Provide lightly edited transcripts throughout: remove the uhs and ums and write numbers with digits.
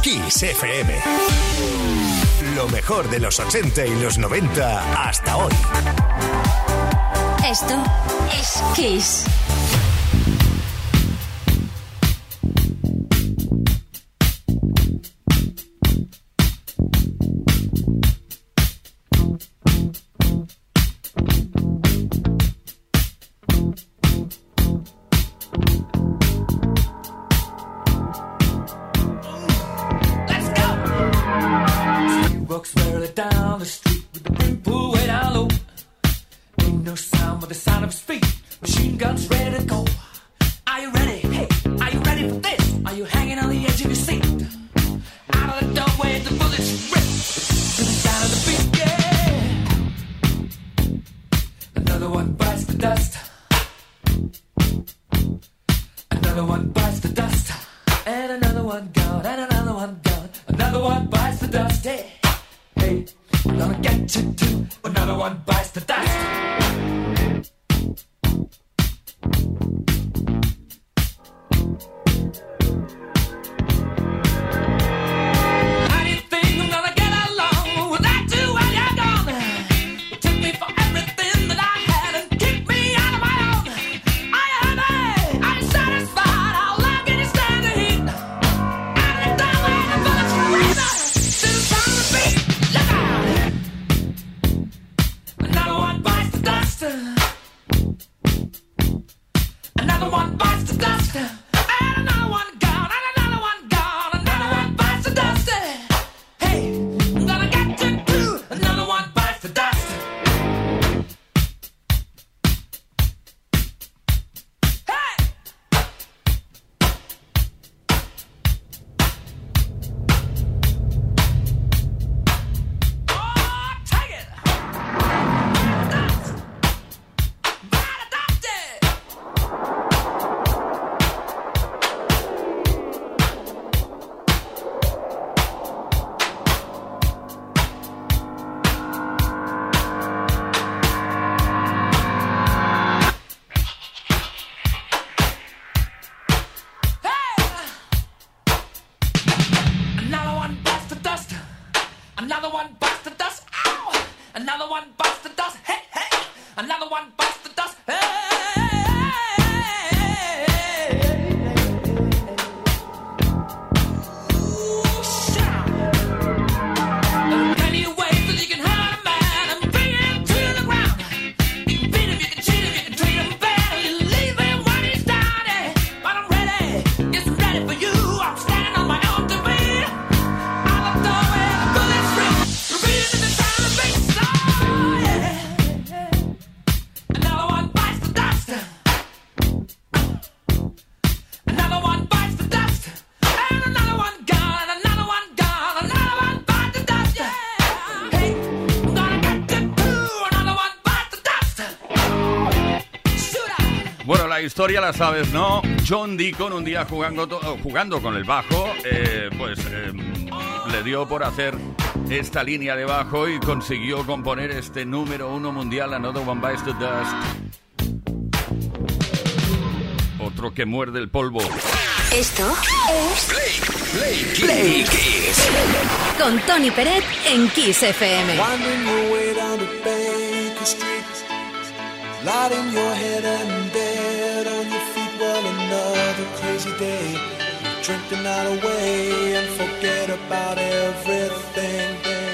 Kiss FM. Lo mejor de los 80 y los 90 hasta hoy. Esto es Kiss. La historia la sabes, ¿no? John Deacon un día jugando con el bajo, le dio por hacer esta línea de bajo y consiguió componer este número 1 mundial, Another One Bites the Dust. Otro que muerde el polvo. Esto es Play Kiss. Con Tony Peret en Kiss FM. Lighting your head and bed on your feet, well, another crazy day. You drink the night away and forget about everything.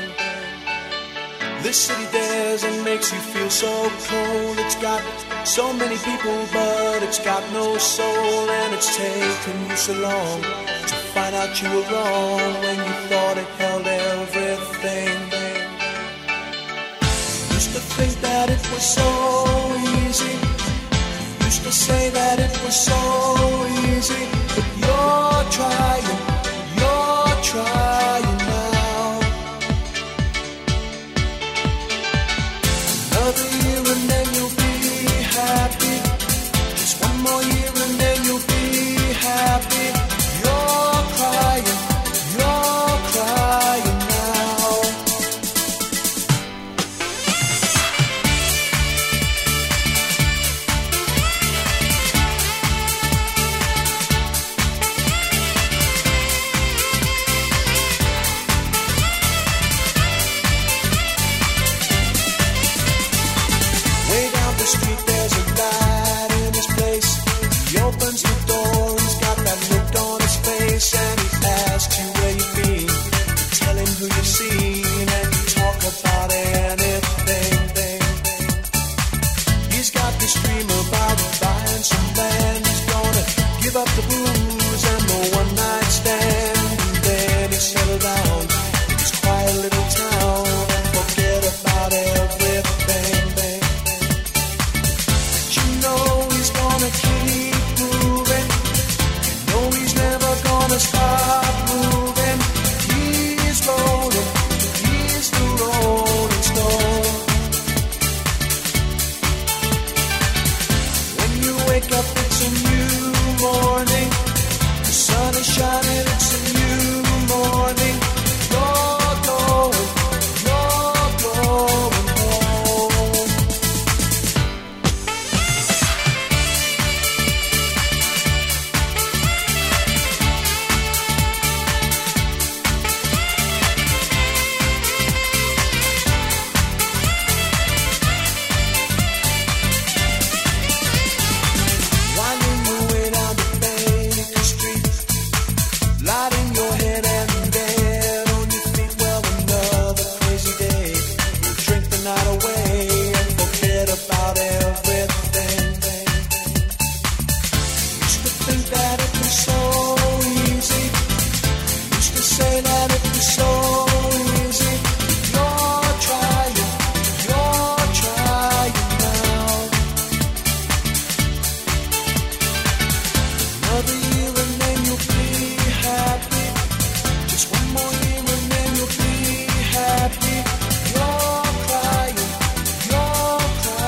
This city dares and makes you feel so cold. It's got so many people, but it's got no soul. And it's taken you so long to find out you were wrong when you thought it held everything. Used to think that it was so easy. Used to say that it was so easy. But you're trying now. Another year and then you'll be happy. Just one more year and then you'll be happy. You're crying now. gonna stop moving. He's rolling, he's the rolling stone. When you wake up, it's a new morning. The sun is shining, it's a new morning. You're going home. Winding your way down to Baker Street, lighting your head and dead on your feet. Well, another crazy day. We'll drink the night away and forget about everything. Used to think that it was so easy. Used to say that it was so easy. You're trying now. Another year and then you'll be happy. Just one more year and then you'll be happy. You're crying now.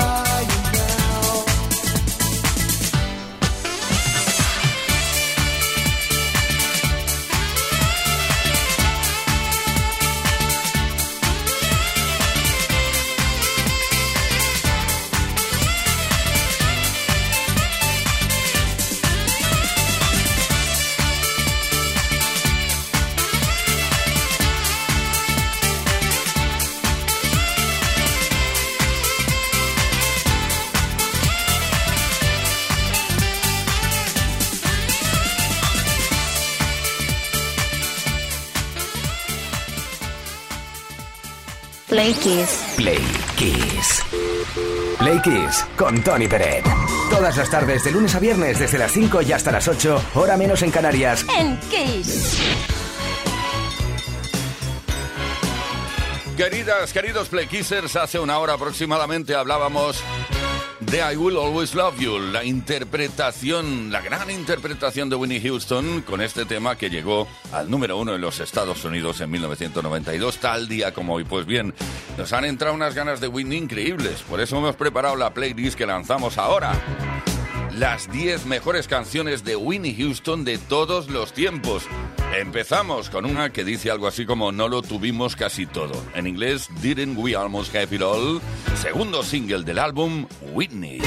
Play Kiss. Play Kiss. Play Kiss con Tony Peret. Todas las tardes de lunes a viernes desde las 5 y hasta las 8, hora menos en Canarias. En Kiss. Queridos Play Kissers, hace una hora aproximadamente hablábamos de I Will Always Love You, la gran interpretación de Whitney Houston con este tema que llegó al número 1 en los Estados Unidos en 1992, tal día como hoy. Pues bien, nos han entrado unas ganas de Whitney increíbles, por eso hemos preparado la playlist que lanzamos ahora. Las 10 mejores canciones de Whitney Houston de todos los tiempos. Empezamos con una que dice algo así como no lo tuvimos casi todo. En inglés, Didn't We Almost Have It All? Segundo single del álbum, Whitney.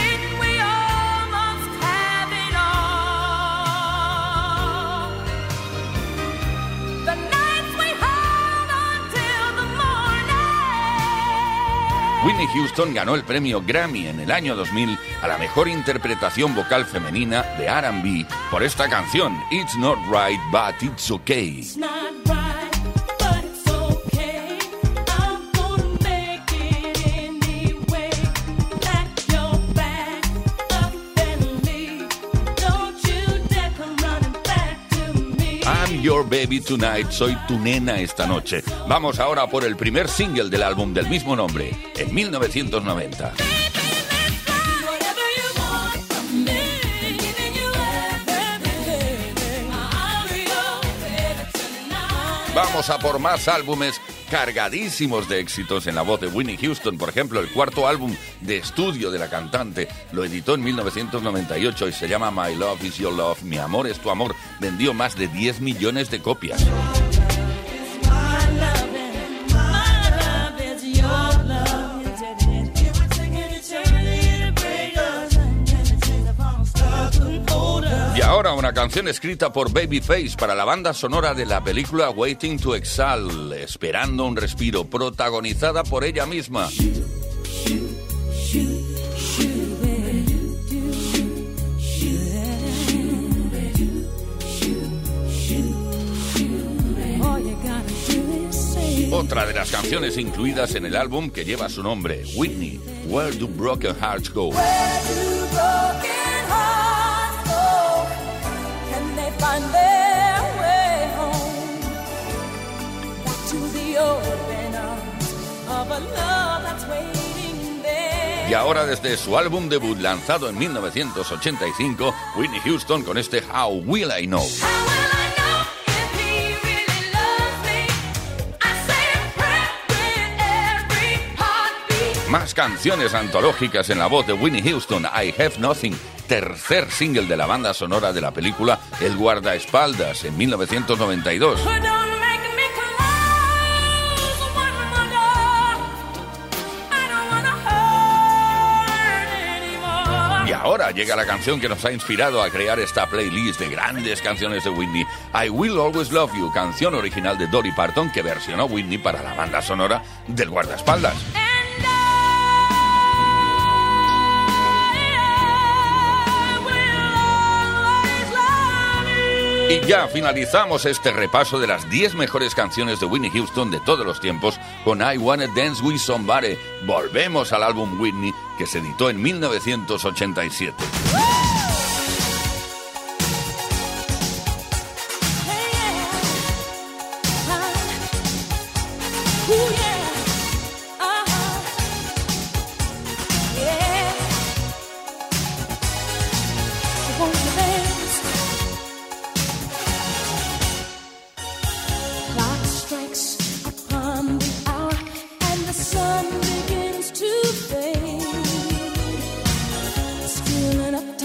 Whitney Houston ganó el premio Grammy en el año 2000 a la mejor interpretación vocal femenina de R&B por esta canción, It's Not Right, But It's Okay. I'm Your Baby Tonight, soy tu nena esta noche. Vamos ahora por el primer single del álbum del mismo nombre, en 1990. Vamos a por más álbumes cargadísimos de éxitos en la voz de Whitney Houston. Por ejemplo, el cuarto álbum de estudio de la cantante lo editó en 1998 y se llama My Love Is Your Love, Mi Amor Es Tu Amor. Vendió más de 10 millones de copias. Y ahora una canción escrita por Babyface para la banda sonora de la película Waiting to Exhale, Esperando un respiro, protagonizada por ella misma. Otra de las canciones incluidas en el álbum que lleva su nombre, Whitney, Where Do Broken Hearts Go? Find their way home back to the open arms of a love that's waiting there. Y ahora desde su álbum debut lanzado en 1985, Whitney Houston con este How Will I Know. How will I know? Más canciones antológicas en la voz de Whitney Houston. I Have Nothing, tercer single de la banda sonora de la película El guardaespaldas en 1992. Y ahora llega la canción que nos ha inspirado a crear esta playlist de grandes canciones de Whitney. I Will Always Love You, canción original de Dolly Parton que versionó Whitney para la banda sonora del guardaespaldas. Y ya finalizamos este repaso de las 10 mejores canciones de Whitney Houston de todos los tiempos con I Wanna Dance With Somebody. Volvemos al álbum Whitney que se editó en 1987. Still enough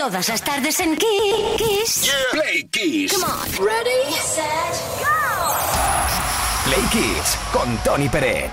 Todas las tardes en Kiss. Play Kiss. Come on. Ready, set, go. Play Kiss con Tony Peret.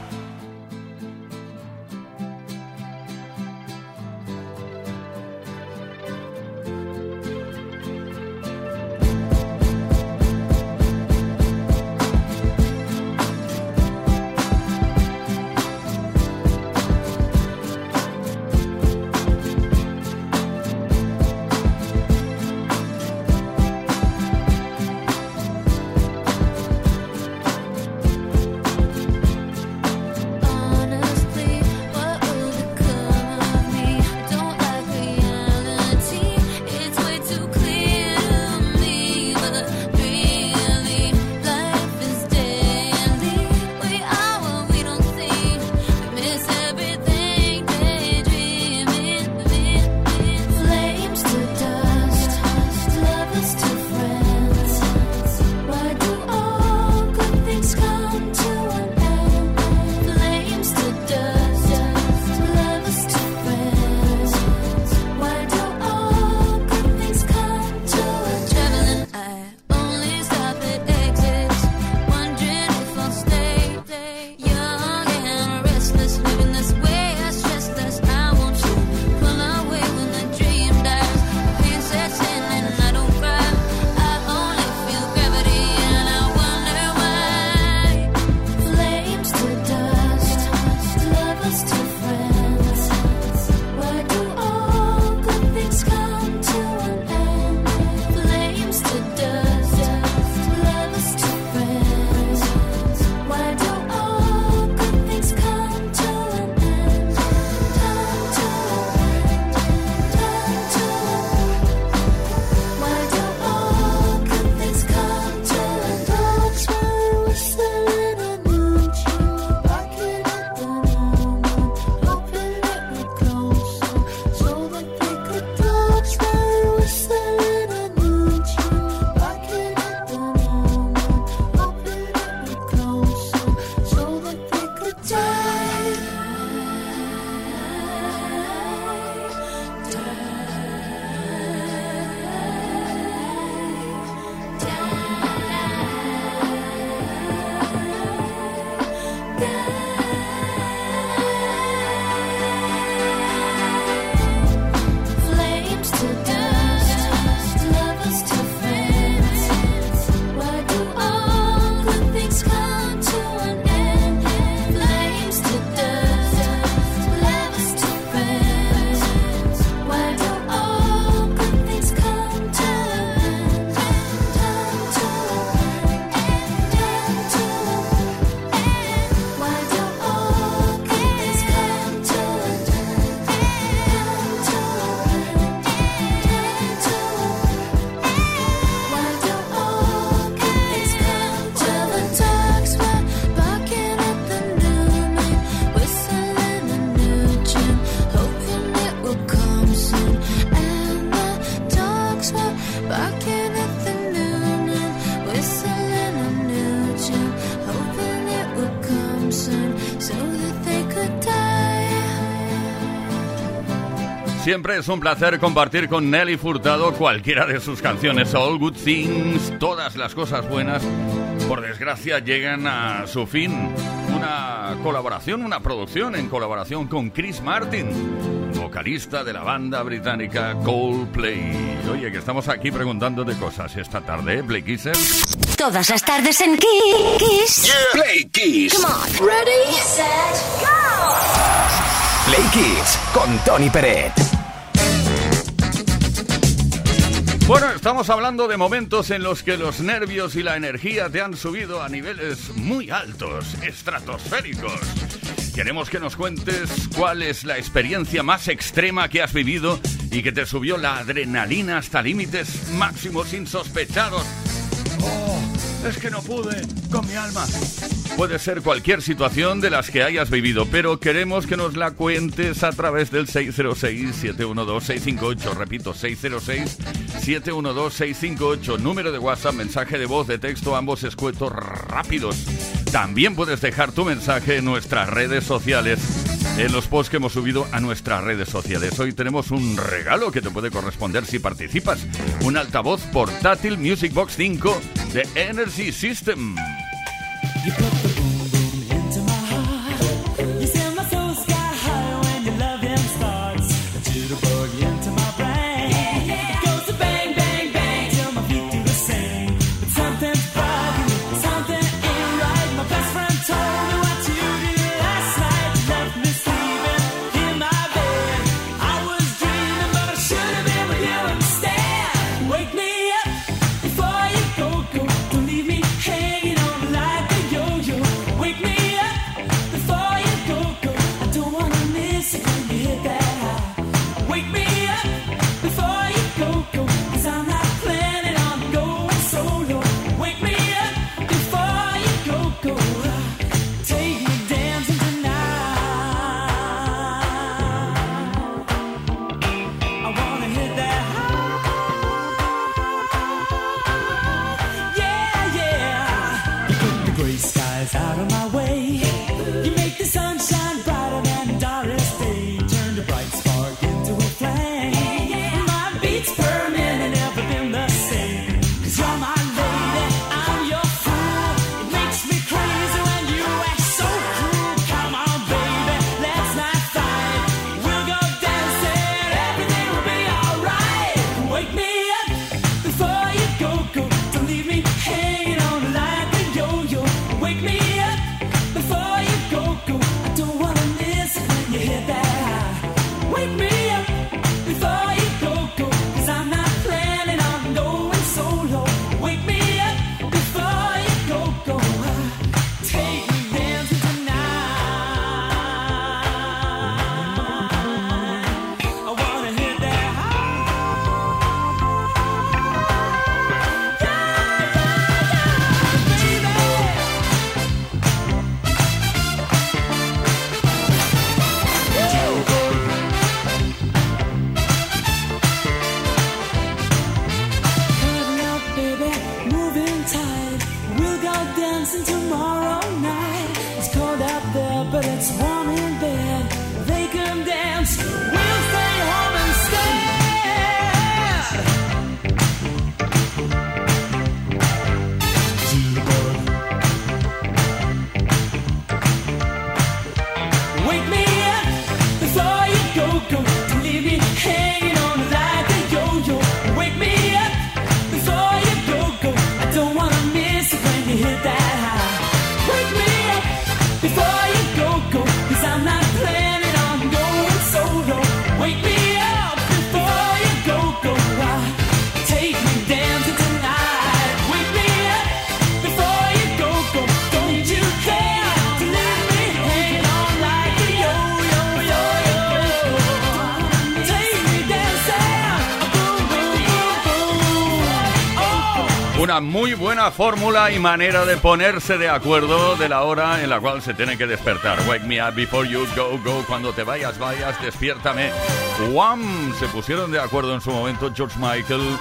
Siempre es un placer compartir con Nelly Furtado cualquiera de sus canciones. All Good Things, todas las cosas buenas, por desgracia, llegan a su fin. Una colaboración, una producción en colaboración con Chris Martin, vocalista de la banda británica Coldplay. Oye, que estamos aquí preguntándote cosas esta tarde, Play Kissers. Todas las tardes en Kiss. Play Kiss. Come on. Ready, set, go. Play Kiss con Tony Peret. Bueno, estamos hablando de momentos en los que los nervios y la energía te han subido a niveles muy altos, estratosféricos. Queremos que nos cuentes cuál es la experiencia más extrema que has vivido y que te subió la adrenalina hasta límites máximos insospechados. ¡Oh! Es que no pude con mi alma. Puede ser cualquier situación de las que hayas vivido, pero queremos que nos la cuentes a través del 606-712-658. Repito, 606-712-658. Número de WhatsApp, mensaje de voz, de texto, ambos escuetos rápidos. También puedes dejar tu mensaje en nuestras redes sociales. en los posts que hemos subido a nuestras redes sociales. Hoy tenemos un regalo que te puede corresponder si participas. Un altavoz portátil Music Box 5 de Energy System. Una muy buena fórmula y manera de ponerse de acuerdo de la hora en la cual se tiene que despertar. Wake me up before you go, go. Cuando te vayas, vayas, despiértame. Wham! Se pusieron de acuerdo en su momento George Michael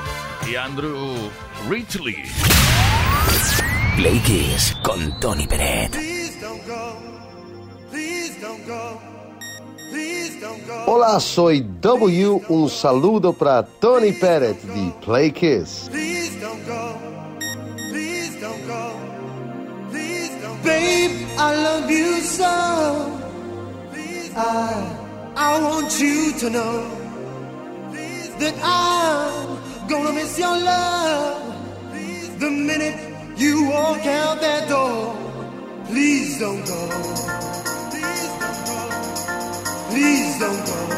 y Andrew Ridgeley. Play Kiss con Tony Peret. Hola, soy W. Un saludo para Tony Peret de Play Kiss. Babe, I love you so. I want you to know that I'm gonna miss your love the minute you walk out that door. Please don't go. Please don't go.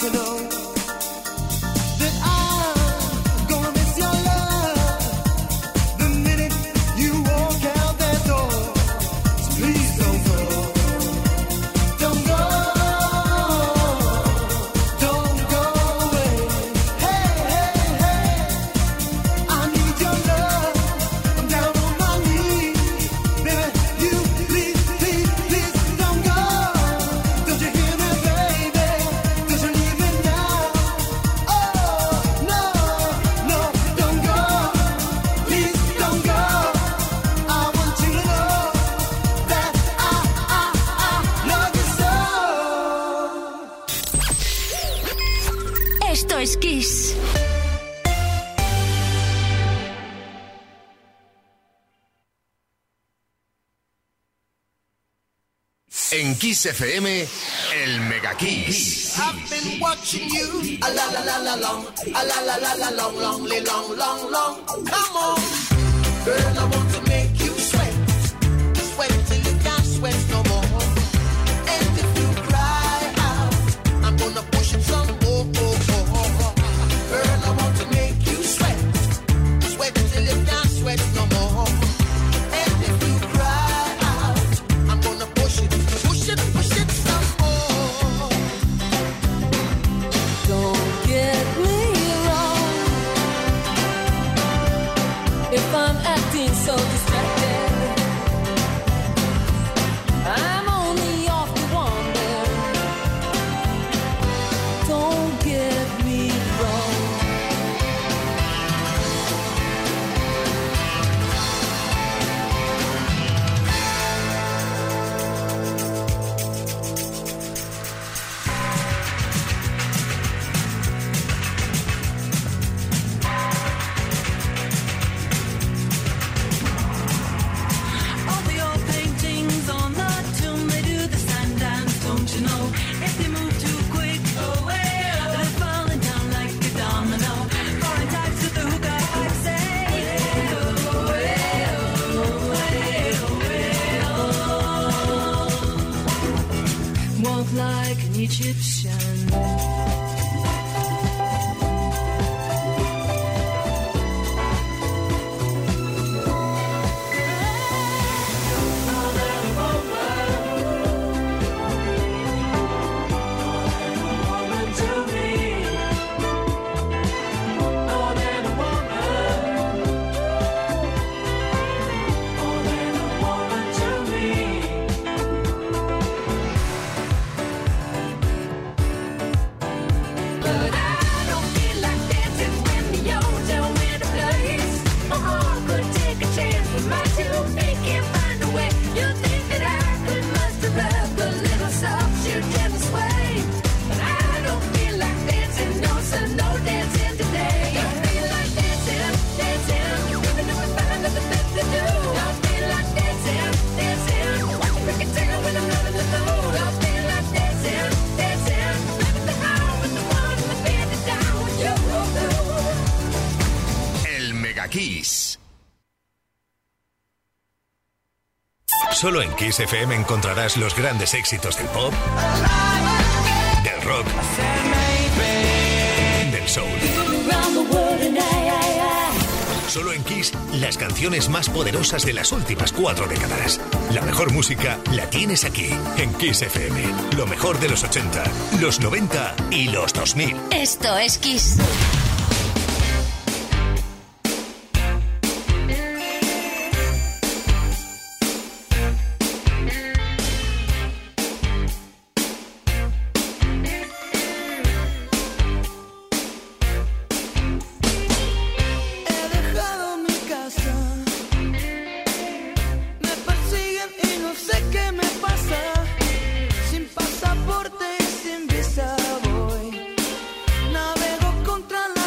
Esto es Kiss. En Kiss FM, el Mega Kiss. I've been watching you, a la la la la long, a la la la la long, long, long, long, long. Come on, girl, I want to make you sweat, sweat till you can't sweat no more. And if you cry out, I'm gonna push it some more. Girl, I want to make you sweat, sweat till you can't sweat no more. And if you cry out, I'm gonna push it some more. Don't get me wrong. If I'm acting so distracted, I'm only off to wander. Don't get me wrong. All the old paintings on the tomb, they do the sand dance, don't you know? If they move too quick, they're falling down like a domino. Foreign types with the hookah pipe say, Walk like an Egyptian. but I don't feel like dancing when you tell me to place. My heart could take a chance, but my two feet can't find a way. You think that I could muster up a little soft shoe gentle sway, but I don't feel like dancing, no son, no dancing today. Don't feel like dancing, dancing, even though I find nothing left to do. Don't feel like dancing, dancing, watching me get down when I'm not in the mood. Don't feel like dancing, dancing, living the house with the one in the bed down with you. El Mega Kiss. Solo en Kiss FM encontrarás los grandes éxitos del pop, del rock, del soul. Solo en Kiss, las canciones más poderosas de las últimas 4 décadas. La mejor música la tienes aquí, en Kiss FM. Lo mejor de los 80, los 90 y los 2000. Esto es Kiss. He dejado mi casa, me persiguen y no sé qué me pasa. Sin pasaporte y sin visa voy, navego contra la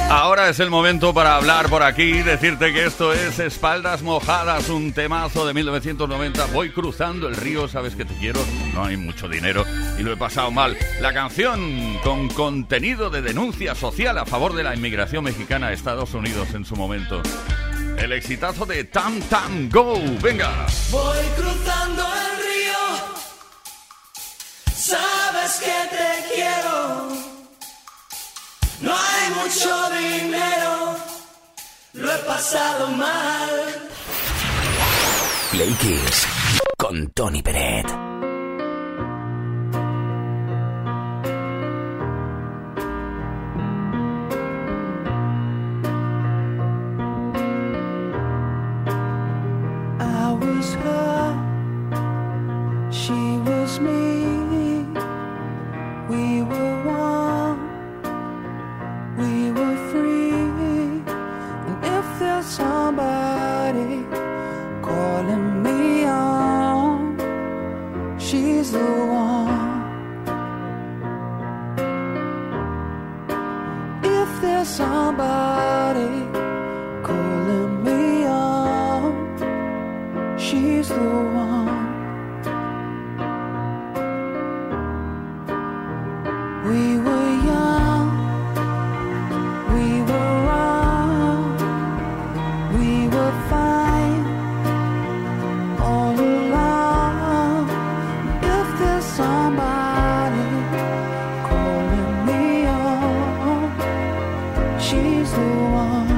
Ahora es el momento para hablar por aquí, decirte que esto es Espaldas Mojadas, un temazo de 1990. Voy cruzando el río, sabes que te quiero, no hay mucho dinero y lo he pasado mal. La canción con contenido de denuncia social a favor de la inmigración mexicana a Estados Unidos en su momento. El exitazo de Tam Tam Go, venga. Voy cruzando el río, sabes que te quiero. No hay mucho dinero, lo he pasado mal. Play Kiss con Tony Peret. I was her, she was me. We were one, we were free. And if there's somebody calling me on, she's the one. If there's somebody calling me on, she's the one. We were young, we were wrong, we were fine all along. If there's somebody calling me on, she's the one.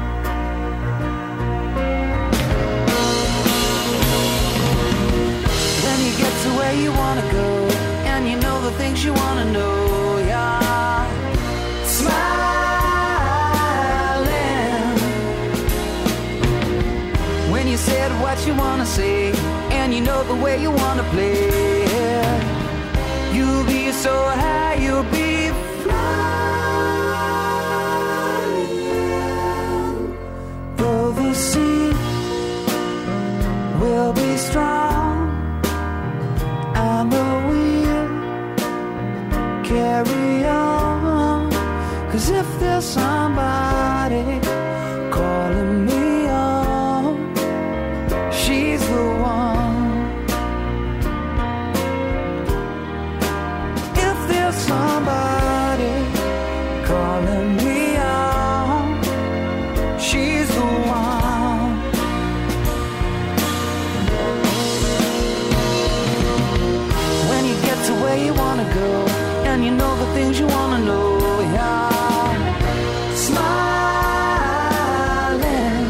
When you get to where you wanna go, and you know the things you wanna know, yeah. Smiling. When you said what you wanna say, and you know the way you wanna play, you'll be so high, you'll be flying. Though the sea will be strong, and the wheel carry on. 'Cause if there's somebody calling me on, she's the one. If there's somebody calling me on, she's the one. When you get to where you wanna go, and you know the things you wanna know, yeah. Smiling.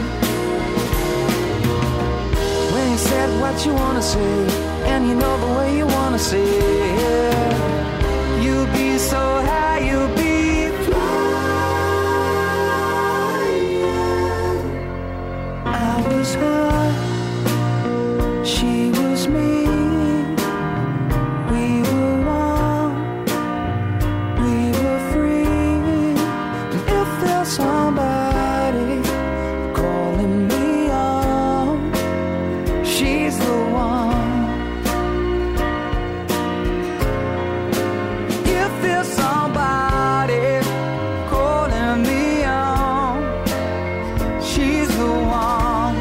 When you said what you wanna say, and you know the way you wanna say it, you'll be so high, you'll be flying. I was her, she was me. We were one, we were free. And if there's somebody calling me on, she's the one. If there's somebody calling me on, she's the one.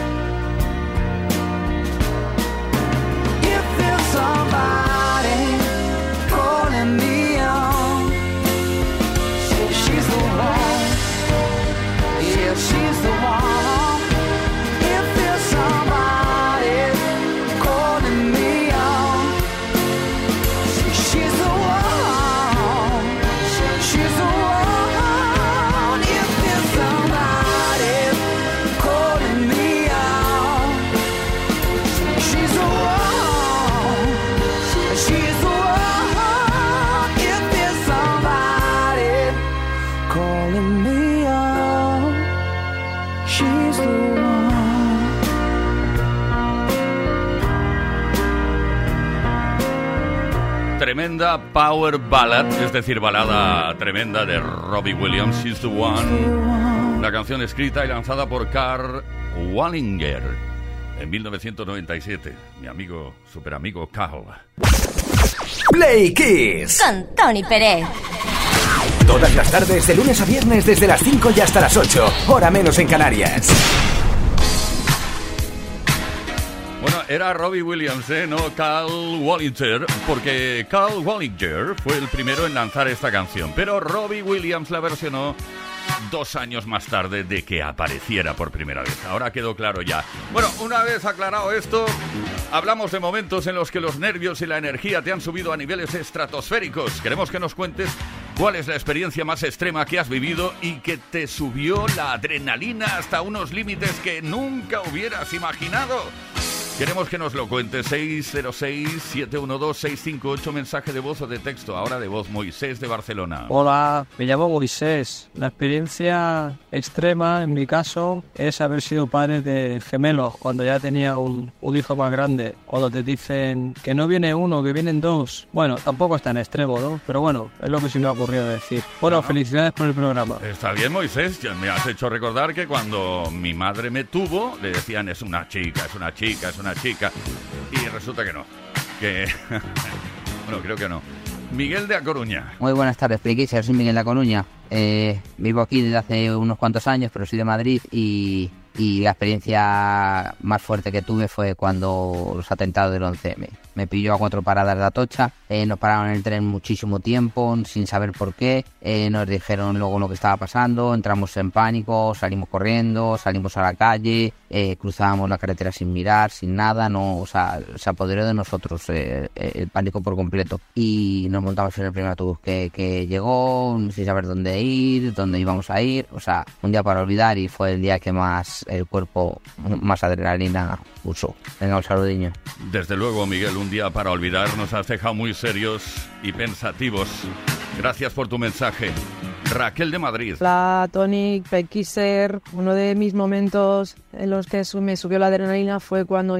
If there's somebody calling me on, she's the one. Yeah, she's the one. If there's somebody calling me on, she's the one. She's the one. If there's somebody calling me on, she's the one. She's the one. If there's somebody calling me on, she's the one. Tremenda power ballad, es decir, balada tremenda de Robbie Williams, She's the One. La canción escrita y lanzada por Karl Wallinger en 1997. Mi amigo, super amigo Karl. Play Kiss. Con Tony Peret. Todas las tardes, de lunes a viernes, desde las 5 y hasta las 8, hora menos en Canarias. Bueno, era Robbie Williams, no Carl Wallinger, porque Carl Wallinger fue el primero en lanzar esta canción, pero Robbie Williams la versionó 2 años más tarde de que apareciera por primera vez. Ahora quedó claro ya. Bueno, una vez aclarado esto, hablamos de momentos en los que los nervios y la energía te han subido a niveles estratosféricos. Queremos que nos cuentes cuál es la experiencia más extrema que has vivido y que te subió la adrenalina hasta unos límites que nunca hubieras imaginado. Queremos que nos lo cuentes. 606-712-658, mensaje de voz o de texto. Ahora de voz. Moisés de Barcelona. Hola, me llamo Moisés. La experiencia extrema en mi caso es haber sido padre de gemelos cuando ya tenía un hijo más grande. Cuando te dicen que no viene uno, que vienen 2. Bueno, tampoco es tan extremo, ¿no? Pero bueno, es lo que se me ha ocurrido decir. Bueno, felicidades por el programa. Está bien, Moisés. Ya me has hecho recordar que cuando mi madre me tuvo, le decían es una chica, es una chica, es una chica. Y resulta que no. Que bueno, creo que no. Miguel de A Coruña. Muy buenas tardes, Pliquis. Yo soy Miguel de A Coruña. Vivo aquí desde hace unos cuantos años, pero soy de Madrid y la experiencia más fuerte que tuve fue cuando los atentados del 11M. Me pilló a 4 paradas de Atocha, nos pararon en el tren muchísimo tiempo, sin saber por qué, nos dijeron luego lo que estaba pasando, entramos en pánico, salimos corriendo, salimos a la calle, cruzábamos la carretera sin mirar, sin nada, se apoderó de nosotros el pánico por completo y nos montamos en el primer autobús que llegó, sin saber dónde ir, dónde íbamos a ir, un día para olvidar y fue el día que más el cuerpo, más adrenalina usó. Venga, un saludiño. Desde luego, Miguel, un día para olvidar. Nos has dejado muy serios y pensativos. Gracias por tu mensaje. Raquel de Madrid. Hola, Tony, Pequiser. Uno de mis momentos en los que me subió la adrenalina fue cuando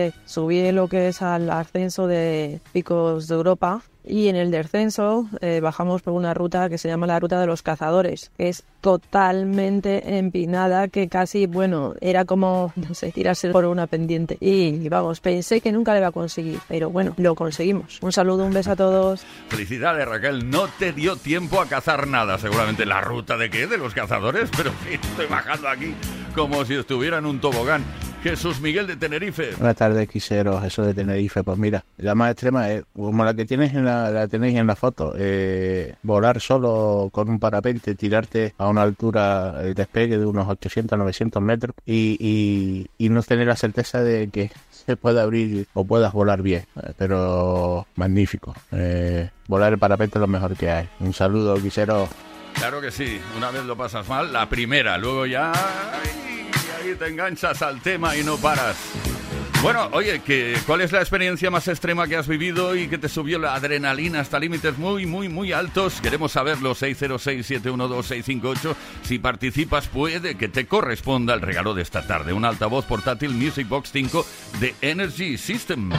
subí lo que es al ascenso de Picos de Europa. Y en el descenso bajamos por una ruta que se llama la Ruta de los Cazadores, que es totalmente empinada, que casi, era como, tirarse por una pendiente. Y vamos, pensé que nunca le iba a conseguir, pero bueno, lo conseguimos. Un saludo, un beso a todos. Felicidades, Raquel. No te dio tiempo a cazar nada, seguramente. ¿La ruta de qué? ¿De los cazadores? Pero sí, estoy bajando aquí como si estuviera en un tobogán. Jesús Miguel de Tenerife. Buenas tardes, quiseros. Eso de Tenerife, pues mira, la más extrema es como la que tienes la tenéis en la foto, volar solo con un parapente, tirarte a una altura de despegue de unos 800-900 metros y no tener la certeza de que se pueda abrir o puedas volar bien, pero magnífico. Volar el parapente es lo mejor que hay. Un saludo, quiseros. Claro que sí, una vez lo pasas mal, la primera, luego ya ahí te enganchas al tema y no paras. Bueno, oye, ¿cuál es la experiencia más extrema que has vivido y que te subió la adrenalina hasta límites muy, muy, muy altos? Queremos saberlo, 606-712-658. Si participas, puede que te corresponda el regalo de esta tarde, un altavoz portátil Music Box 5 de Energy System.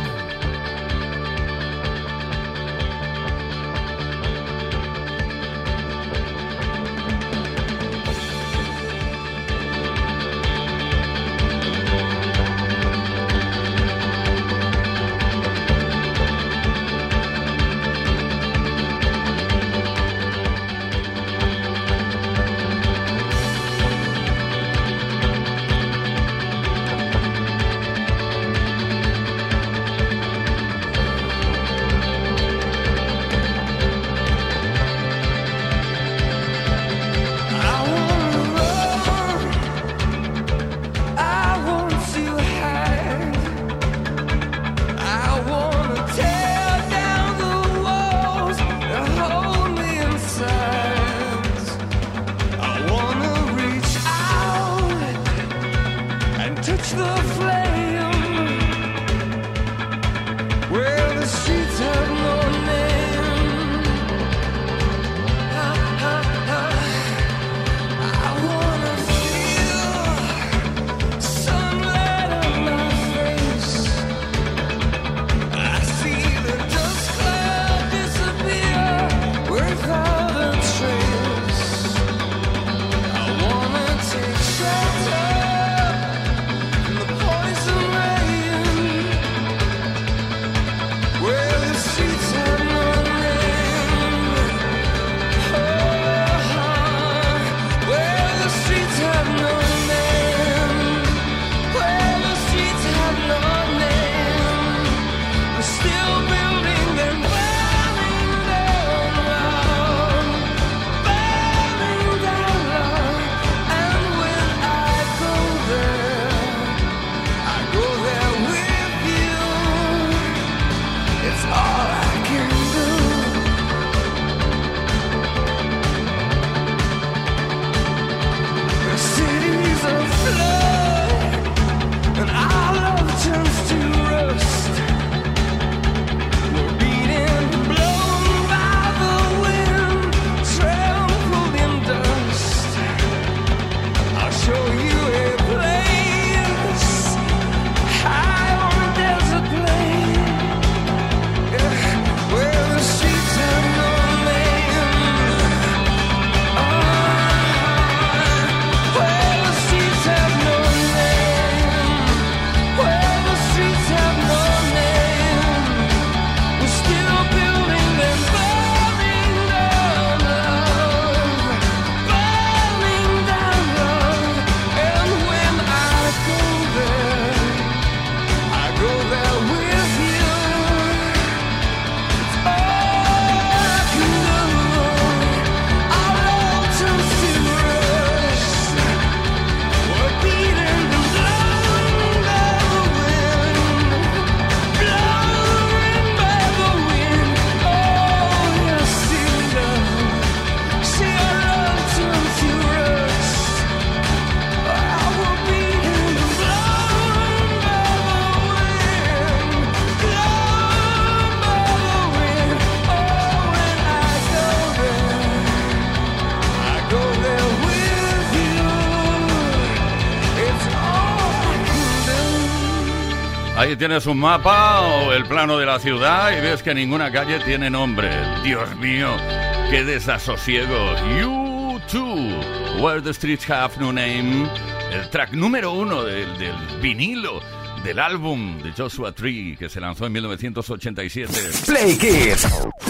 Ahí tienes un mapa o el plano de la ciudad y ves que ninguna calle tiene nombre. Dios mío, qué desasosiego. U2, Where the Streets Have No Name, el track número 1 del vinilo del álbum de Joshua Tree que se lanzó en 1987. Play Kiss.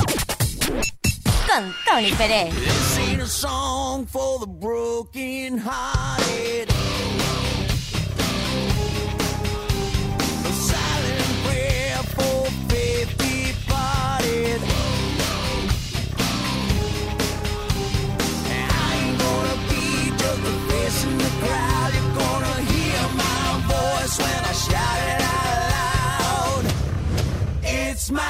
Con Tony Pérez. This ain't a song for the broken hearted. A silent prayer for faith departed. And I ain't gonna be just a face in the crowd. You're gonna hear my voice when I shout it out loud. It's my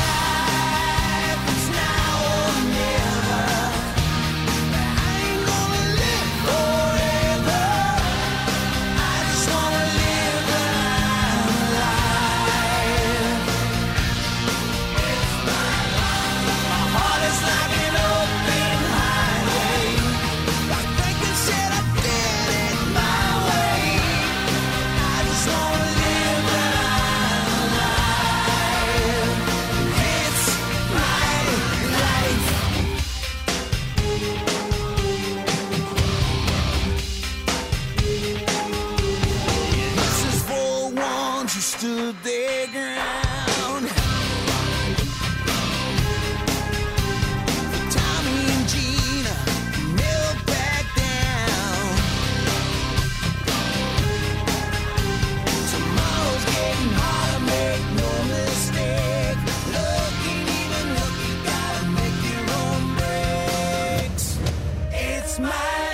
stood their ground. Tommy and Gina never back down. Tomorrow's getting harder, make no mistake. Looking even look, you gotta make your own breaks. It's my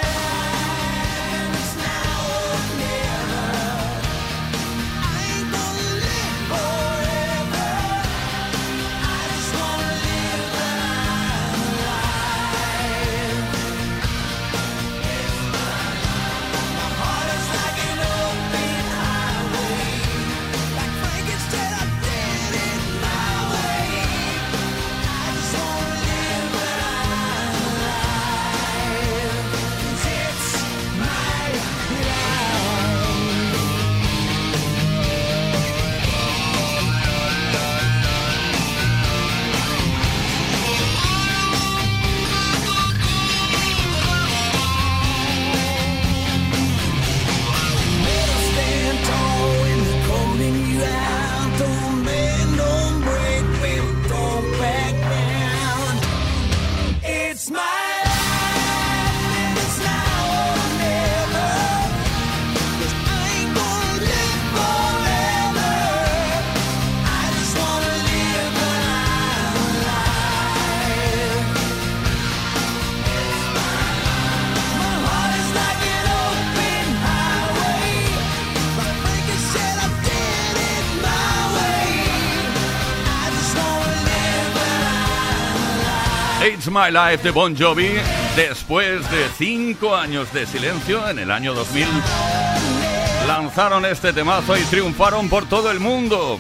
It's My Life de Bon Jovi, después de 5 años de silencio, en el año 2000, lanzaron este temazo y triunfaron por todo el mundo.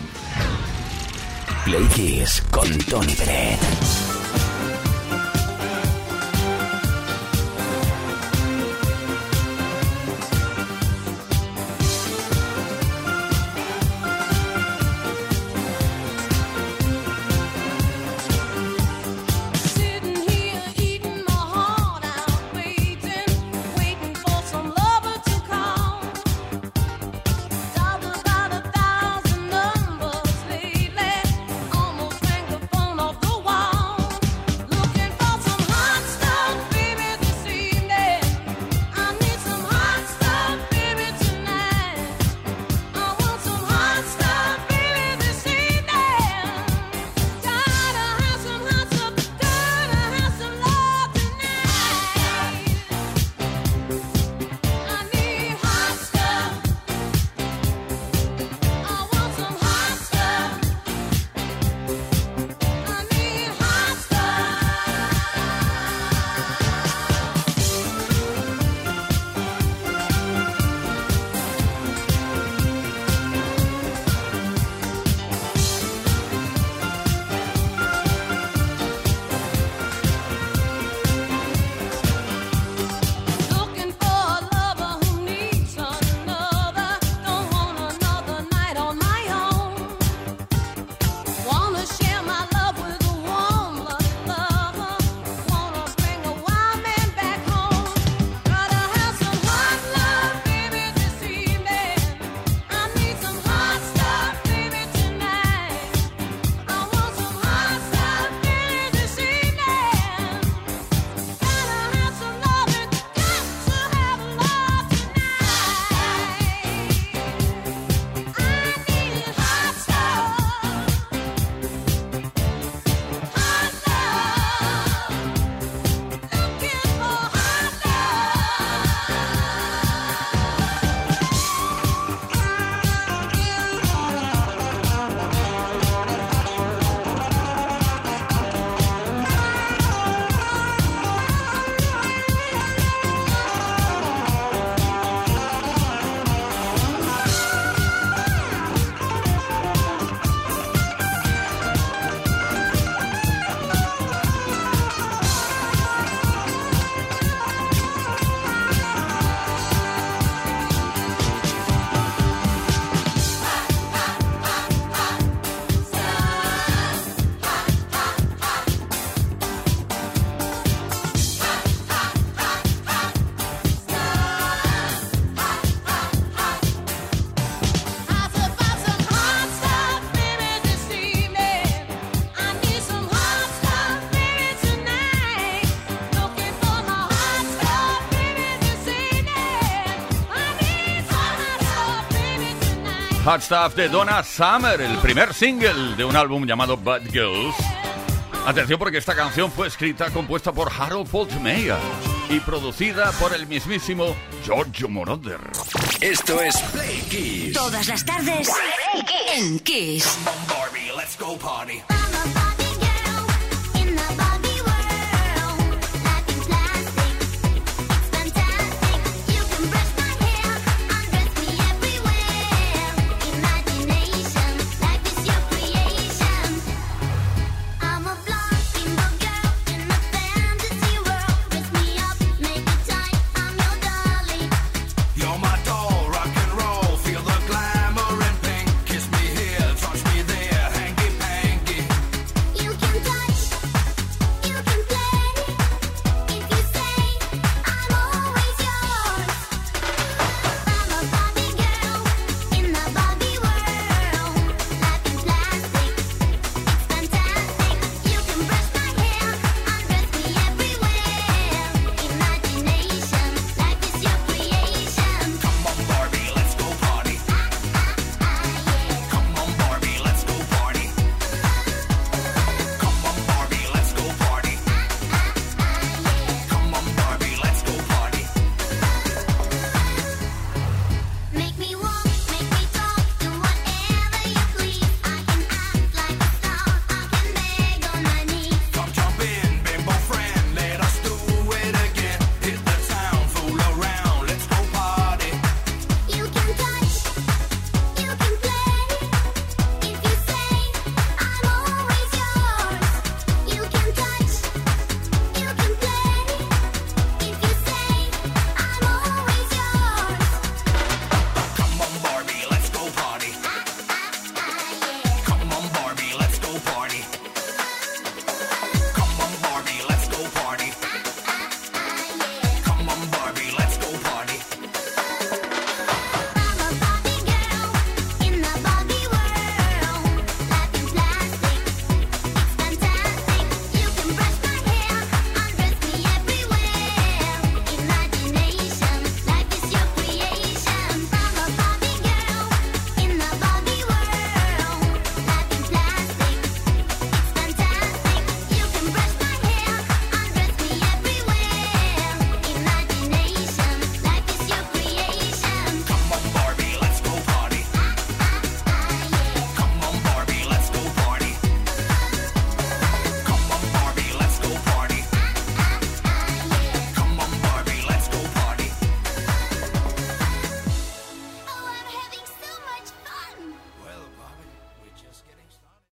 Play Kiss con Tony Pérez. Almost rang the phone off the wall. Hot Stuff de Donna Summer, el primer single de un álbum llamado Bad Girls. Atención porque esta canción fue escrita, compuesta por Harold Faltermeyer y producida por el mismísimo Giorgio Moroder. Esto es Play Kiss. Todas las tardes en Kiss. Barbie, let's go party.